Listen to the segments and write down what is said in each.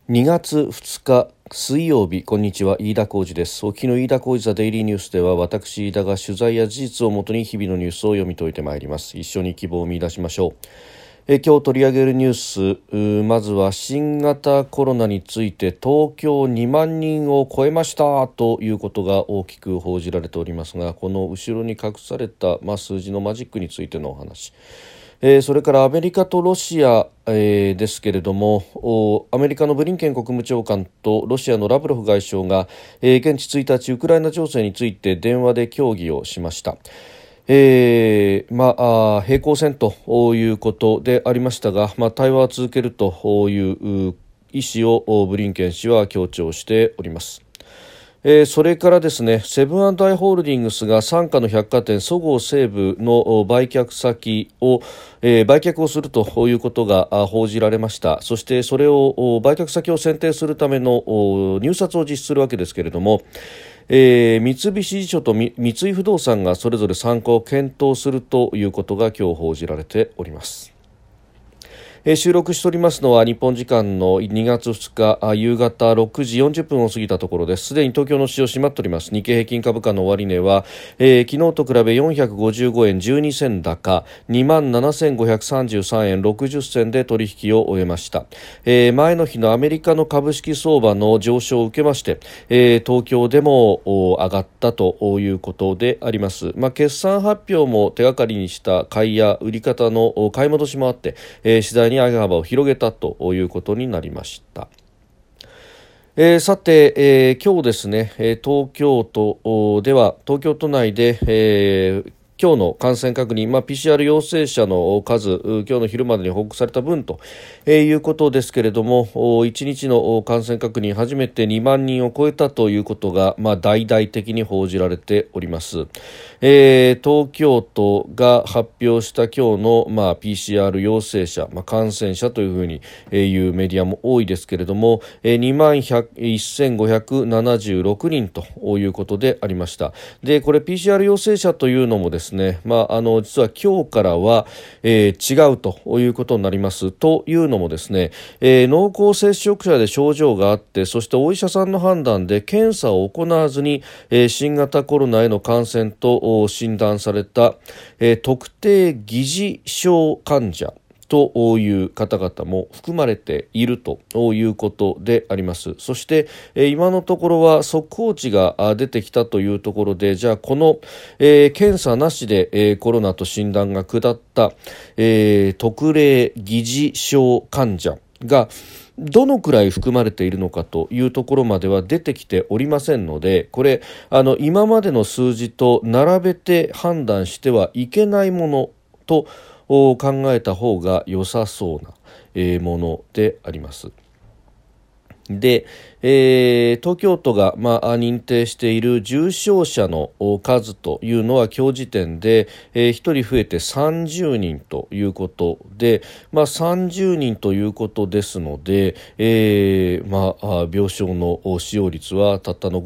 2月2日水曜日、こんにちは、飯田浩司です。お聞きの飯田浩司ザデイリーニュースでは、私飯田が取材や事実をもとに日々のニュースを読み解いてまいります。一緒に希望を見出しましょう。今日取り上げるニュース、まずは新型コロナについて東京2万人を超えましたということが大きく報じられておりますが、この後ろに隠された、数字のマジックについてのお話、それからアメリカとロシア、ですけれども、アメリカのブリンケン国務長官とロシアのラブロフ外相が、現地1日ウクライナ情勢について電話で協議をしました。平行線ということでありましたが、対話は続けるという意思をブリンケン氏は強調しております。それからですね、セブン&アイ・ホールディングスが傘下の百貨店そごう・西武の売却先を、売却をするということが報じられました。そしてそれを売却先を選定するための入札を実施するわけですけれども、三菱地所と三井不動産がそれぞれ参加を検討するということが今日報じられております。収録しておりますのは日本時間の2月2日夕方6時40分を過ぎたところです。すでに東京の市場閉まっております。日経平均株価の終値は、昨日と比べ455円12銭高 27,533 円60銭で取引を終えました。前の日のアメリカの株式相場の上昇を受けまして、東京でも上がったということであります。決算発表も手がかりにした買いや売り方の買い戻しもあって、次第に上げ幅を広げたということになりました。さて、今日ですね、東京都では東京都内で、今日の感染確認、PCR 陽性者の数、今日の昼までに報告された分と、いうことですけれども、1日の感染確認初めて2万人を超えたということが、大々的に報じられております。東京都が発表した今日の、PCR 陽性者、感染者というふうにいうメディアも多いですけれども、2万1576人ということでありました。で、これ PCR 陽性者というのもですね、実は今日からは、違うということになります。というのもですね、濃厚接触者で症状があって、そしてお医者さんの判断で検査を行わずに、新型コロナへの感染と診断された、特定疑似症患者という方々も含まれているということであります。そして、今のところは速報値が出てきたというところで、じゃあこの、検査なしで、コロナと診断が下った、特例疑似症患者がどのくらい含まれているのかというところまでは出てきておりませんので、これ今までの数字と並べて判断してはいけないものと考えた方が良さそうなものであります。で、東京都が、認定している重症者の数というのは今日時点で、1人増えて30人ということで、30人ということですので、病床の使用率はたったの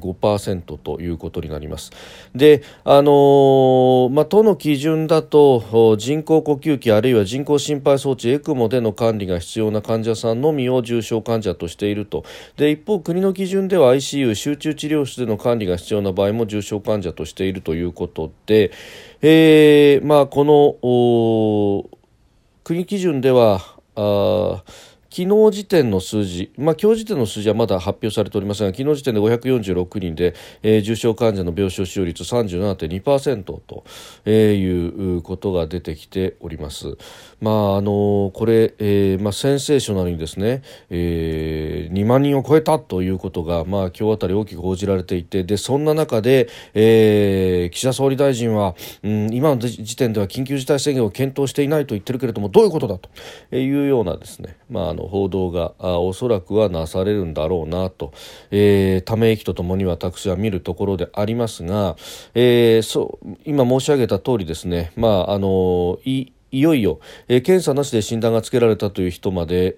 5.5% ということになります。で、都の基準だと人工呼吸器あるいは人工心肺装置 ECMO での管理が必要な患者さんのみを重症患者としていると。で、一方国の基準では ICU 集中治療室での管理が必要な場合も重症患者としているということで、この国基準では昨日時点の数字、今日時点の数字はまだ発表されておりませんが、昨日時点で546人で、重症患者の病床使用率 37.2% ということが出てきております。これ、センセーショナルにですね、2万人を超えたということが、今日あたり大きく報じられていて、でそんな中で、岸田総理大臣は、今の時点では緊急事態宣言を検討していないと言ってるけれども、どういうことだというようなですね、報道がおそらくはなされるんだろうなと、ため息とともに私は見るところでありますが、今申し上げた通りですね、いよいよ、検査なしで診断がつけられたという人まで、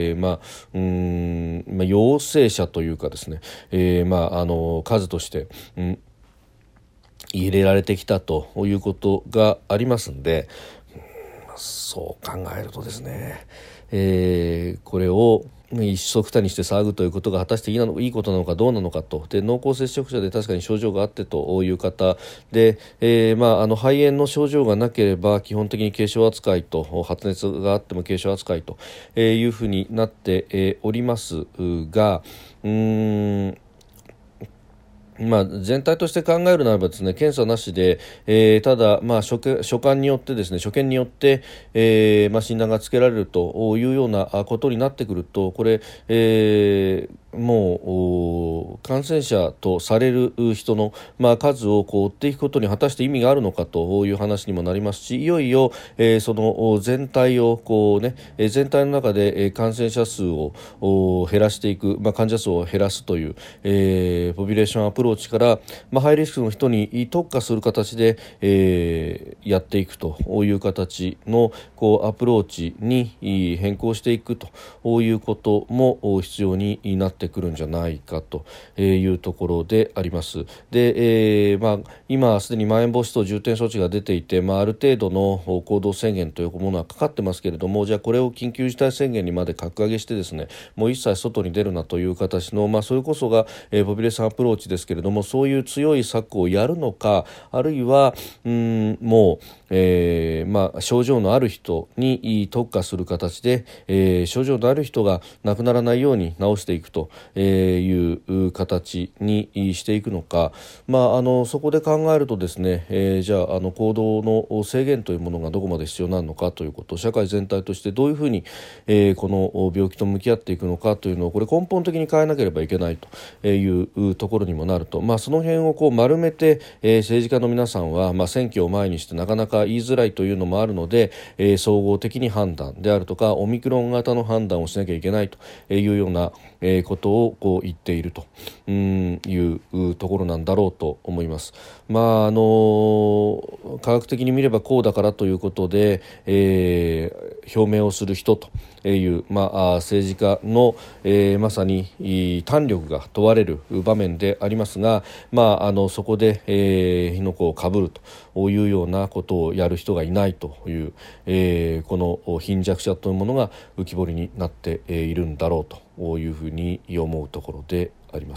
陽性者というかですね、数として、入れられてきたということがありますので、そう考えるとですね、これを一足たにして騒ぐということが果たしていいことなのかどうなのかと。で、濃厚接触者で確かに症状があってという方で、肺炎の症状がなければ基本的に軽症扱いと、発熱があっても軽症扱いというふうになっておりますが、全体として考えるならばですね、検査なしで、ただ、所見によってですね、診断がつけられるというようなことになってくると、これ、もう感染者とされる人の、数を追っていくことに果たして意味があるのかという話にもなりますし、いよいよ、その全体を全体の中で感染者数を減らしていく、患者数を減らすという、ポピュレーションアプローチから、ハイリスクの人に特化する形で、やっていくという形のアプローチに変更していくということも必要になってくるんじゃないかというところであります。で、今すでにまん延防止等重点措置が出ていて、ある程度の行動制限というものはかかってますけれども、じゃあこれを緊急事態宣言にまで格上げしてですね、もう一切外に出るなという形の、それこそが、ポピュレーションアプローチですけれども、そういう強い策をやるのか、あるいはもう、症状のある人に特化する形で、症状のある人が亡くならないように治していくという形にしていくのか、そこで考えるとですね、じゃあ、行動の制限というものがどこまで必要なのかということ、社会全体としてどういうふうに、この病気と向き合っていくのかというのを、これ根本的に変えなければいけないというところにもなると、その辺を丸めて、政治家の皆さんは、選挙を前にしてなかなか言いづらいというのもあるので、総合的に判断であるとかオミクロン型の判断をしなきゃいけないというようなことを言っているというところなんだろうと思います。科学的に見ればこうだからということで、表明をする人という、政治家の、まさに胆力が問われる場面でありますが、そこで、火の粉をかぶるというようなことをやる人がいないという、この貧弱者というものが浮き彫りになっているんだろうというふうに思うところであります。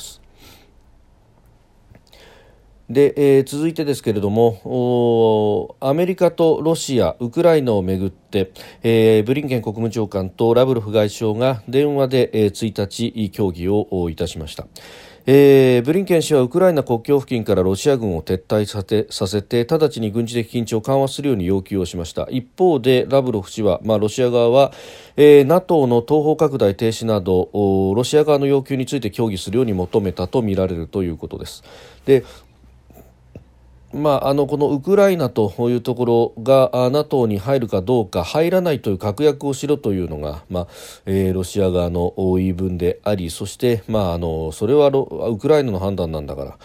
で、続いてですけれども、アメリカとロシア、ウクライナをめぐって、ブリンケン国務長官とラブロフ外相が電話で、1日協議をいたしました。ブリンケン氏はウクライナ国境付近からロシア軍を撤退させて直ちに軍事的緊張を緩和するように要求をしました。一方でラブロフ氏は、ロシア側は、NATO の東方拡大停止などロシア側の要求について協議するように求めたとみられるということです。で、このウクライナというところが NATO に入るかどうか、入らないという確約をしろというのが、ロシア側の言い分であり、そして、それはウクライナの判断なんだから、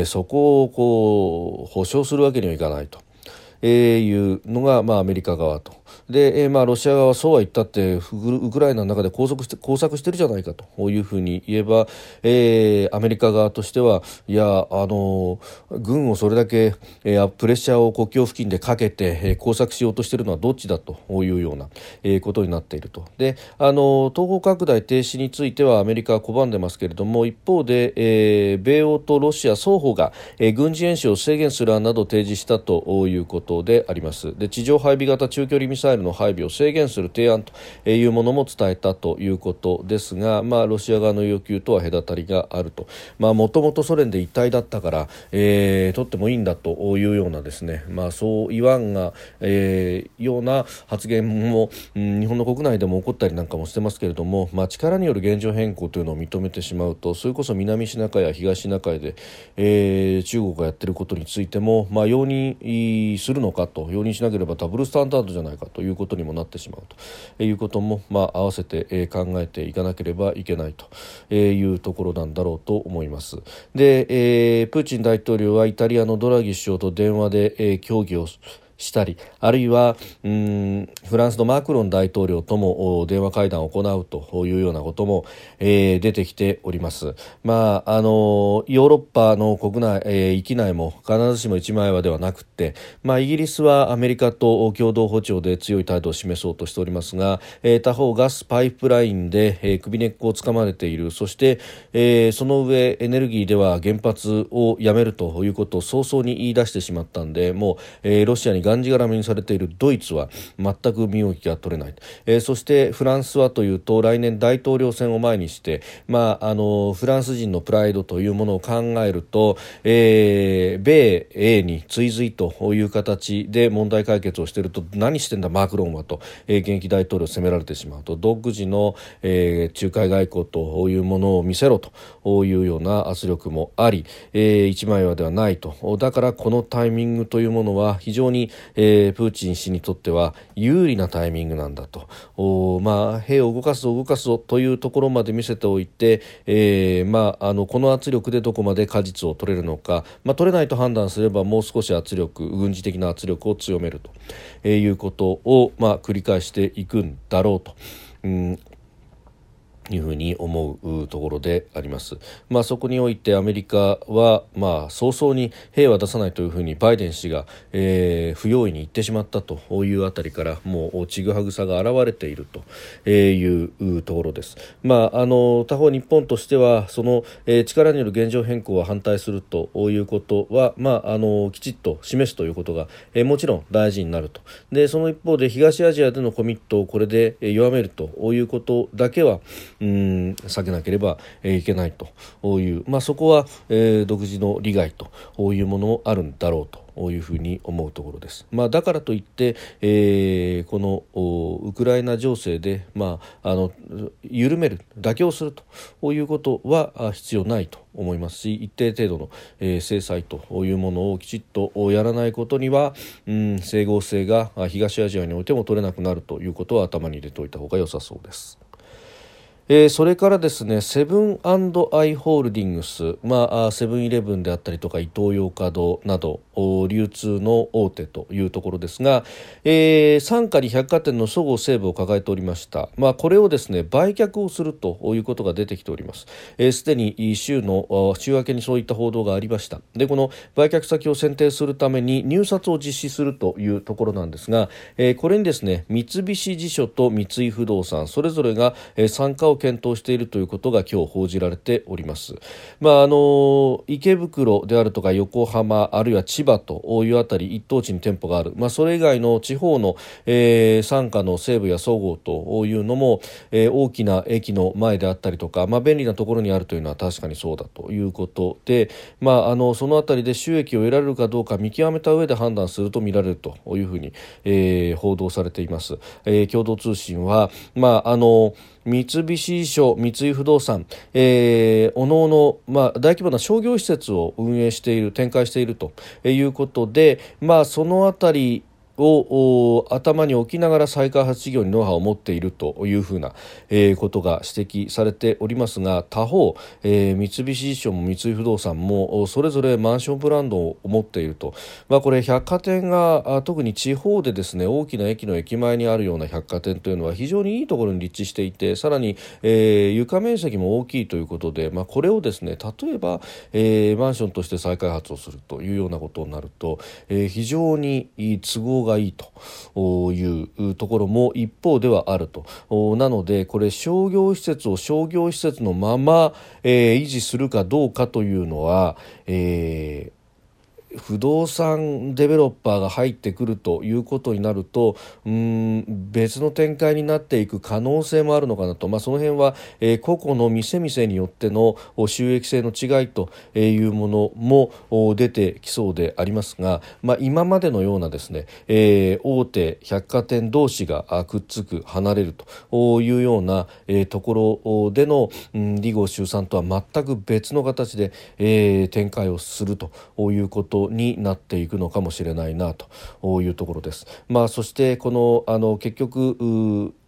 そこを保証するわけにはいかないと。いうのが、アメリカ側とで、ロシア側はそうは言ったってウクライナの中で工作してるじゃないかというふうに言えば、アメリカ側としてはいや軍をそれだけ、プレッシャーを国境付近でかけて、工作しようとしているのはどっちだというような、ことになっていると。で、東方拡大停止についてはアメリカは拒んでますけれども、一方で、米欧とロシア双方が、軍事演習を制限する案などを提示したということであります。で、地上配備型中距離ミサイルの配備を制限する提案というものも伝えたということですが、ロシア側の要求とは隔たりがあると。もともとソ連で一体だったから、取ってもいいんだというようなですね、そう言わんが、ような発言も、日本の国内でも起こったりなんかもしてますけれども、力による現状変更というのを認めてしまうと、それこそ南シナ海や東シナ海で、中国がやっていることについても、容認するのかと、容認しなければダブルスタンダードじゃないかということにもなってしまうということも、合わせて、考えていかなければいけないというところなんだろうと思います。で、プーチン大統領はイタリアのドラギ首相と電話で、協議をしたり、あるいはフランスのマクロン大統領とも電話会談を行うというようなことも、出てきております。ヨーロッパの国内、域内も必ずしも一枚岩ではなくて、イギリスはアメリカと共同歩調で強い態度を示そうとしておりますが、他方ガスパイプラインで、首根っこをつかまれている。そして、その上エネルギーでは原発をやめるということを早々に言い出してしまったんで、もう、ロシアにがんじがらめにされているドイツは全く身動きが取れない。そしてフランスはというと、来年大統領選を前にして、フランス人のプライドというものを考えると、米英に追随という形で問題解決をしていると、何してんだマクロンはと、現役大統領を責められてしまうと、独自の、仲介外交というものを見せろというような圧力もあり、一枚岩ではないと。だからこのタイミングというものは非常に、プーチン氏にとっては有利なタイミングなんだと。兵を動かすぞというところまで見せておいて、この圧力でどこまで果実を取れるのか、取れないと判断すればもう少し軍事的な圧力を強めると、いうことを、繰り返していくんだろうと。いうふうに思うところであります。そこにおいてアメリカは、早々に兵は出さないというふうにバイデン氏が、不用意に言ってしまったというあたりから、もうちぐはぐさが現れているというところです。他方日本としてはその、力による現状変更は反対するということは、きちっと示すということが、もちろん大事になると。でその一方で東アジアでのコミットをこれで弱めるということだけは避けなければいけないという、そこは、独自の利害というものもあるんだろうというふうに思うところです。だからといって、このウクライナ情勢で、緩める妥協するということは必要ないと思いますし、一定程度の、制裁というものをきちっとやらないことには、整合性が東アジアにおいても取れなくなるということは頭に入れておいた方が良さそうです。それからですね、セブン&アイ・ホールディングス、セブンイレブンであったりとかイトーヨーカドーなど流通の大手というところですが、傘下に百貨店のそごう・西武を抱えておりました。これをですね、売却をするということが出てきております。すでに週明けにそういった報道がありました。でこの売却先を選定するために入札を実施するというところなんですが、これにですね、三菱地所と三井不動産それぞれが、参加を検討しているということが今日報じられております。池袋であるとか横浜あるいは千葉というあたり一等地に店舗がある、それ以外の地方の、傘下の西武やそごうというのも、大きな駅の前であったりとか、便利なところにあるというのは確かにそうだということで、そのあたりで収益を得られるかどうか見極めた上で判断すると見られるというふうに、報道されています。共同通信は、三菱地所、三井不動産、おのおの、大規模な商業施設を運営している、展開しているということで、そのあたりを頭に置きながら再開発事業にノウハウを持っているというふうな、ことが指摘されておりますが、他方、三菱地所も三井不動産もそれぞれマンションブランドを持っていると、これ百貨店が特に地方でですね、大きな駅の駅前にあるような百貨店というのは非常にいいところに立地していて、さらに、床面積も大きいということで、これをですね、例えば、マンションとして再開発をするというようなことになると、非常に都合がいいというところも一方ではあると。なのでこれ商業施設を商業施設のまま、維持するかどうかというのは、不動産デベロッパーが入ってくるということになると、別の展開になっていく可能性もあるのかなと、その辺は、個々の店々によっての収益性の違いというものも出てきそうでありますが、今までのようなですね、大手百貨店同士がくっつく離れるというような、ところでの利合集散とは全く別の形で、展開をするということになっていくのかもしれないなというところです。そしてこの結局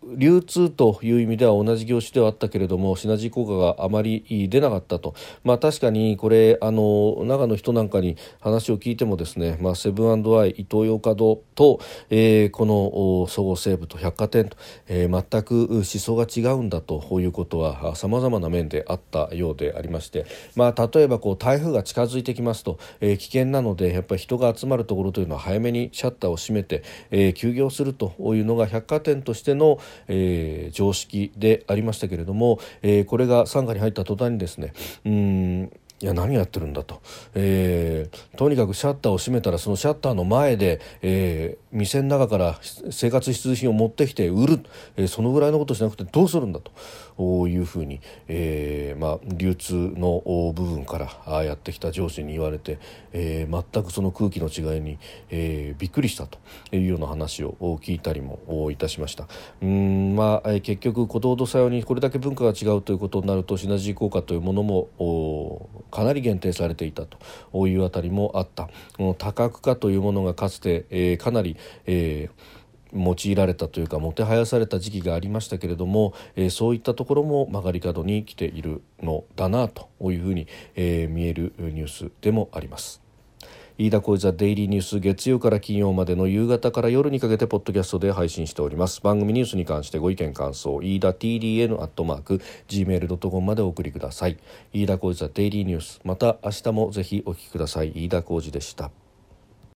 流通という意味では同じ業種ではあったけれどもシナジー効果があまり出なかったと、確かにこれ長野人なんかに話を聞いてもですね、セブン&アイ、イトーヨーカドーと、このそごう・西武と百貨店と、全く思想が違うんだということは様々な面であったようでありまして、例えば台風が近づいてきますと、危険なのでやっぱり人が集まるところというのは早めにシャッターを閉めて、休業するというのが百貨店としての、常識でありましたけれども、これが傘下に入った途端にですね、いや何やってるんだと、とにかくシャッターを閉めたらそのシャッターの前で、店の中から生活必需品を持ってきて売る、そのぐらいのことしなくてどうするんだというふうに、流通の部分からやってきた上司に言われて、全くその空気の違いに、びっくりしたというような話を聞いたりもいたしました。結局ことほどさようにこれだけ文化が違うということになるとシナジー効果というものもかなり限定されていたというあたりもあった。この多角化というものがかつて、かなり、用いられたというかもてはやされた時期がありましたけれども、そういったところも曲がり角に来ているのだなというふうに、見えるニュースでもあります。飯田浩司ザデイリーニュース、月曜から金曜までの夕方から夜にかけてポッドキャストで配信しております。番組ニュースに関してご意見感想、飯田 TDN@gmail.com までお送りください。飯田浩司ザデイリーニュース、また明日もぜひお聞きください。飯田浩司でした。